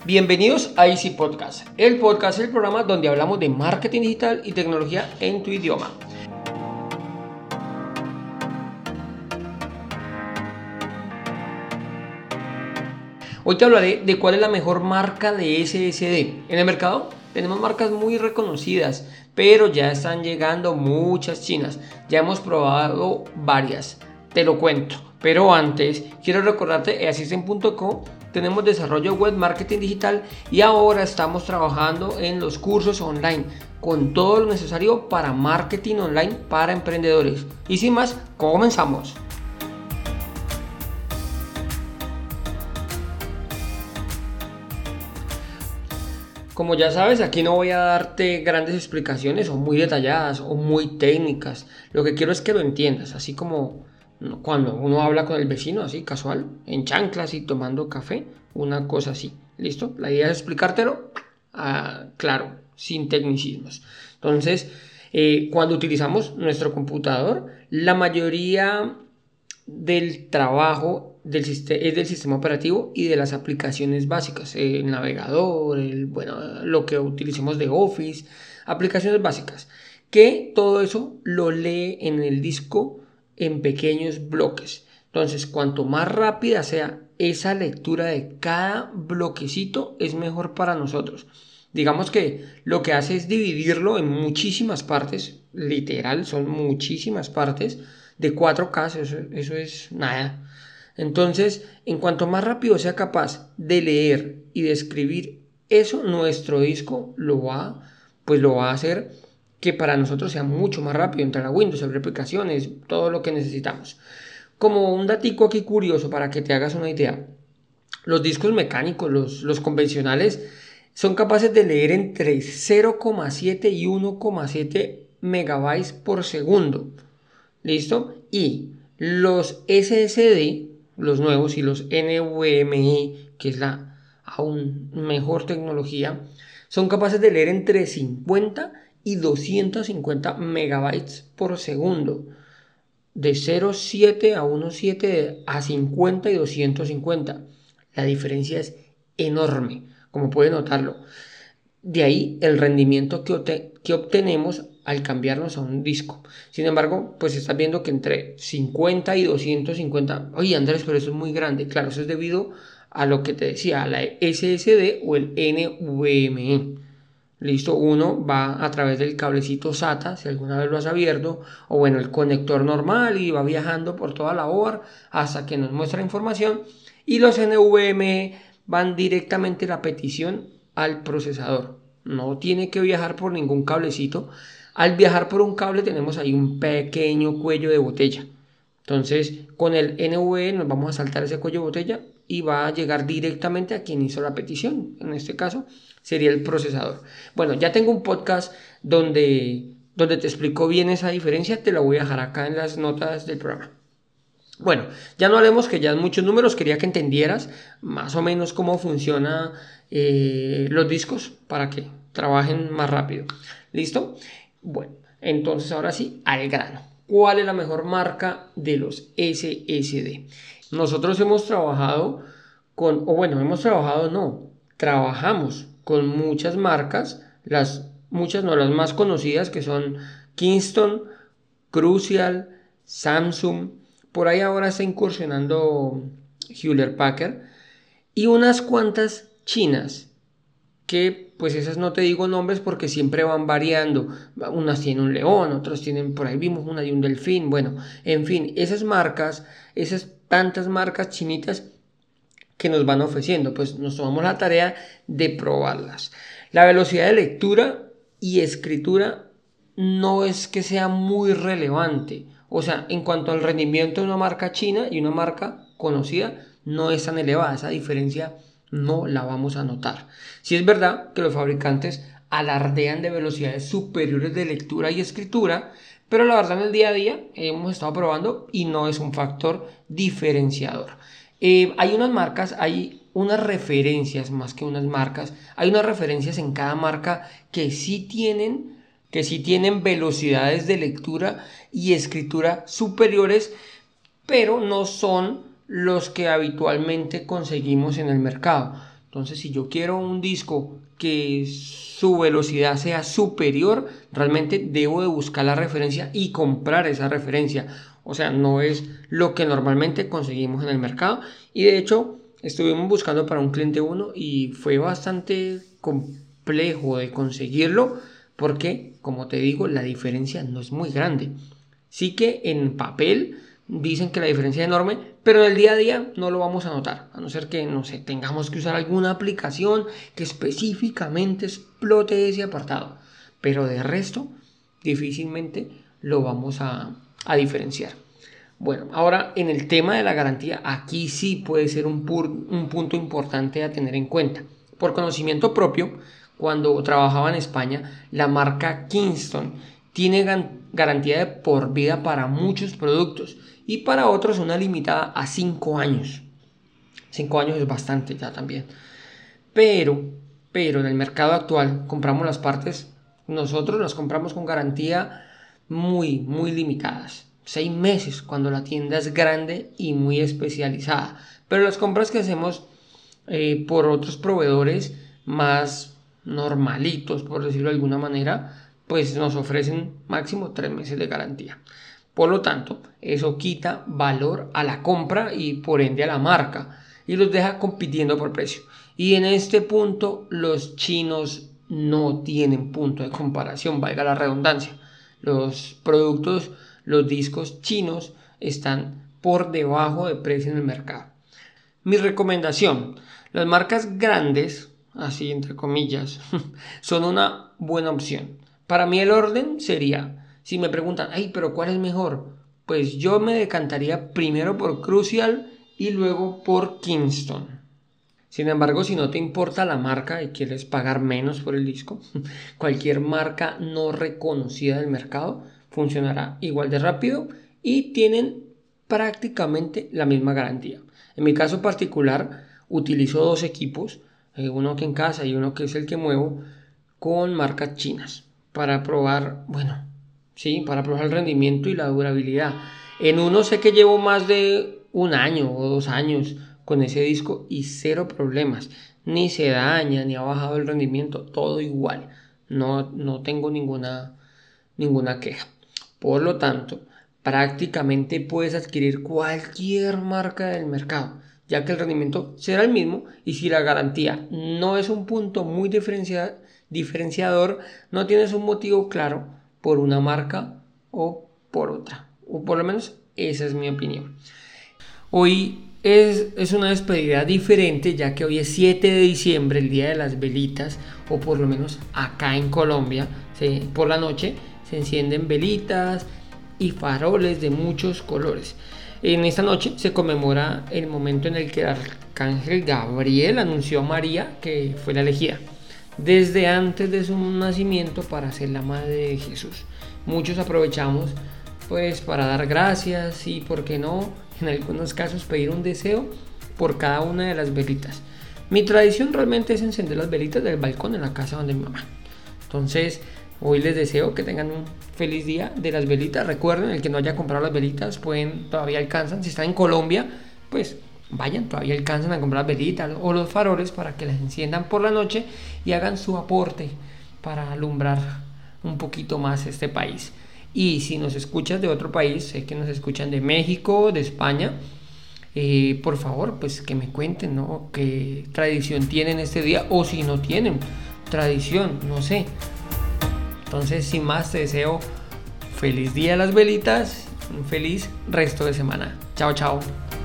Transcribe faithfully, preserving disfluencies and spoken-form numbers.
Bienvenidos a Easy Podcast. El podcast es el programa donde hablamos de marketing digital y tecnología en tu idioma. Hoy te hablaré de cuál es la mejor marca de S S D. En el mercado tenemos marcas muy reconocidas, pero ya están llegando muchas chinas. Ya hemos probado varias. Te lo cuento. Pero antes, quiero recordarte, en asisten punto com tenemos desarrollo web, marketing digital y ahora estamos trabajando en los cursos online con todo lo necesario para marketing online para emprendedores. Y sin más, comenzamos. Como ya sabes, aquí no voy a darte grandes explicaciones o muy detalladas o muy técnicas. Lo que quiero es que lo entiendas, así como cuando uno habla con el vecino, así casual, en chanclas y tomando café, una cosa así. ¿Listo? La idea es explicártelo, ah, claro, sin tecnicismos. Entonces, eh, cuando utilizamos nuestro computador, la mayoría del trabajo del sistema, es del sistema operativo y de las aplicaciones básicas, el navegador, el, bueno, lo que utilicemos de Office, aplicaciones básicas, que todo eso lo lee en el disco en pequeños bloques. Entonces, cuanto más rápida sea esa lectura de cada bloquecito, es mejor para nosotros. Digamos que lo que hace es dividirlo en muchísimas partes, literal, son muchísimas partes, de cuatro K, eso, eso es nada. Entonces, en cuanto más rápido sea capaz de leer y de escribir eso, nuestro disco lo va, pues lo va a hacer que para nosotros sea mucho más rápido entrar a Windows, abrir aplicaciones, todo lo que necesitamos. Como un datico aquí curioso para que te hagas una idea, los discos mecánicos, los, los convencionales, son capaces de leer entre cero coma siete y uno coma siete megabytes por segundo. ¿Listo? Y los S S D, los nuevos, y los N V M e, que es la aún mejor tecnología, son capaces de leer entre cincuenta y doscientos cincuenta megabytes por segundo. De cero coma siete a uno coma siete a cincuenta y doscientos cincuenta. La diferencia es enorme, como puedes notarlo. De ahí el rendimiento que, obte- que obtenemos al cambiarnos a un disco. Sin embargo, pues estás viendo que entre cincuenta y doscientos cincuenta, oye Andrés, pero eso es muy grande. Claro, eso es debido a lo que te decía, a la S S D o el N V M e. Listo, uno va a través del cablecito SATA, si alguna vez lo has abierto, o bueno, el conector normal y va viajando por toda la board hasta que nos muestra información. Y los N V M e van directamente la petición al procesador. No tiene que viajar por ningún cablecito. Al viajar por un cable tenemos ahí un pequeño cuello de botella. Entonces, con el N V nos vamos a saltar ese cuello de botella y va a llegar directamente a quien hizo la petición. En este caso, sería el procesador. Bueno, ya tengo un podcast donde, donde te explico bien esa diferencia. Te lo voy a dejar acá en las notas del programa. Bueno, ya no hablemos que ya muchos números. Quería que entendieras más o menos cómo funciona eh, los discos para que trabajen más rápido. ¿Listo? Bueno, entonces ahora sí, al grano. ¿Cuál es la mejor marca de los S S D? Nosotros hemos trabajado con, o bueno, hemos trabajado, no, trabajamos con muchas marcas, las muchas no, las más conocidas que son Kingston, Crucial, Samsung, por ahí ahora está incursionando Hewlett Packard y unas cuantas chinas que pues esas no te digo nombres porque siempre van variando. Unas tienen un león, otras tienen, por ahí vimos una de un delfín. Bueno, en fin, esas marcas, esas tantas marcas chinitas que nos van ofreciendo, pues nos tomamos la tarea de probarlas. La velocidad de lectura y escritura no es que sea muy relevante. O sea, en cuanto al rendimiento de una marca china y una marca conocida, no es tan elevada. Esa diferencia no la vamos a notar. Si es verdad que los fabricantes alardean de velocidades superiores de lectura y escritura, pero la verdad en el día a día hemos estado probando y no es un factor diferenciador. Eh, hay unas marcas, hay unas referencias más que unas marcas, hay unas referencias en cada marca que sí tienen, que sí tienen velocidades de lectura y escritura superiores, pero no son los que habitualmente conseguimos en el mercado. Entonces, si yo quiero un disco que su velocidad sea superior, realmente debo de buscar la referencia y comprar esa referencia. O sea, no es lo que normalmente conseguimos en el mercado. Y de hecho, estuvimos buscando para un cliente uno y fue bastante complejo de conseguirlo porque, como te digo, la diferencia no es muy grande. Sí que en papel dicen que la diferencia es enorme, pero en el día a día no lo vamos a notar, a no ser que, no sé, tengamos que usar alguna aplicación que específicamente explote ese apartado. Pero de resto, difícilmente lo vamos a, a diferenciar. Bueno, ahora en el tema de la garantía, aquí sí puede ser un, pur, un punto importante a tener en cuenta. Por conocimiento propio, cuando trabajaba en España, la marca Kingston tiene garantía de por vida para muchos productos y para otros una limitada a cinco años. cinco años es bastante ya también. Pero, pero en el mercado actual compramos las partes, nosotros las compramos con garantía muy, muy limitadas. seis meses cuando la tienda es grande y muy especializada. Pero las compras que hacemos eh, por otros proveedores más normalitos, por decirlo de alguna manera, pues nos ofrecen máximo tres meses de garantía. Por lo tanto, eso quita valor a la compra y por ende a la marca y los deja compitiendo por precio. Y en este punto los chinos no tienen punto de comparación, valga la redundancia. Los productos, los discos chinos están por debajo de precio en el mercado. Mi recomendación, las marcas grandes, así entre comillas, son una buena opción. Para mí el orden sería, si me preguntan, ay, pero ¿cuál es mejor? Pues yo me decantaría primero por Crucial y luego por Kingston. Sin embargo, si no te importa la marca y quieres pagar menos por el disco, cualquier marca no reconocida del mercado funcionará igual de rápido y tienen prácticamente la misma garantía. En mi caso particular, utilizo dos equipos, uno que en casa y uno que es el que muevo, con marcas chinas para probar, bueno, sí, para probar el rendimiento y la durabilidad. En uno sé que llevo más de un año o dos años con ese disco y cero problemas, ni se daña, ni ha bajado el rendimiento, todo igual, no, no tengo ninguna, ninguna queja. Por lo tanto, prácticamente puedes adquirir cualquier marca del mercado, ya que el rendimiento será el mismo y si la garantía no es un punto muy diferenciado, diferenciador, no tienes un motivo claro por una marca o por otra, o por lo menos esa es mi opinión. Hoy es, es una despedida diferente, ya que hoy es siete de diciembre, el día de las velitas, o por lo menos acá en Colombia, se, por la noche se encienden velitas y faroles de muchos colores. En esta noche se conmemora el momento en el que el arcángel Gabriel anunció a María que fue la elegida desde antes de su nacimiento para ser la madre de Jesús. Muchos aprovechamos pues para dar gracias y, por qué no, en algunos casos pedir un deseo por cada una de las velitas. Mi tradición realmente es encender las velitas del balcón en la casa donde mi mamá. Entonces, hoy les deseo que tengan un feliz día de las velitas. Recuerden, el que no haya comprado las velitas, pueden, todavía alcanzan. Si están en Colombia, pues vayan, todavía alcanzan a comprar velitas o los faroles para que las enciendan por la noche y hagan su aporte para alumbrar un poquito más este país. Y si nos escuchas de otro país, sé que nos escuchan de México, de España, eh, por favor, pues que me cuenten, ¿no? ¿Qué tradición tienen este día? O si no tienen tradición, no sé. Entonces, sin más, te deseo feliz día de las velitas, un feliz resto de semana. Chao, chao.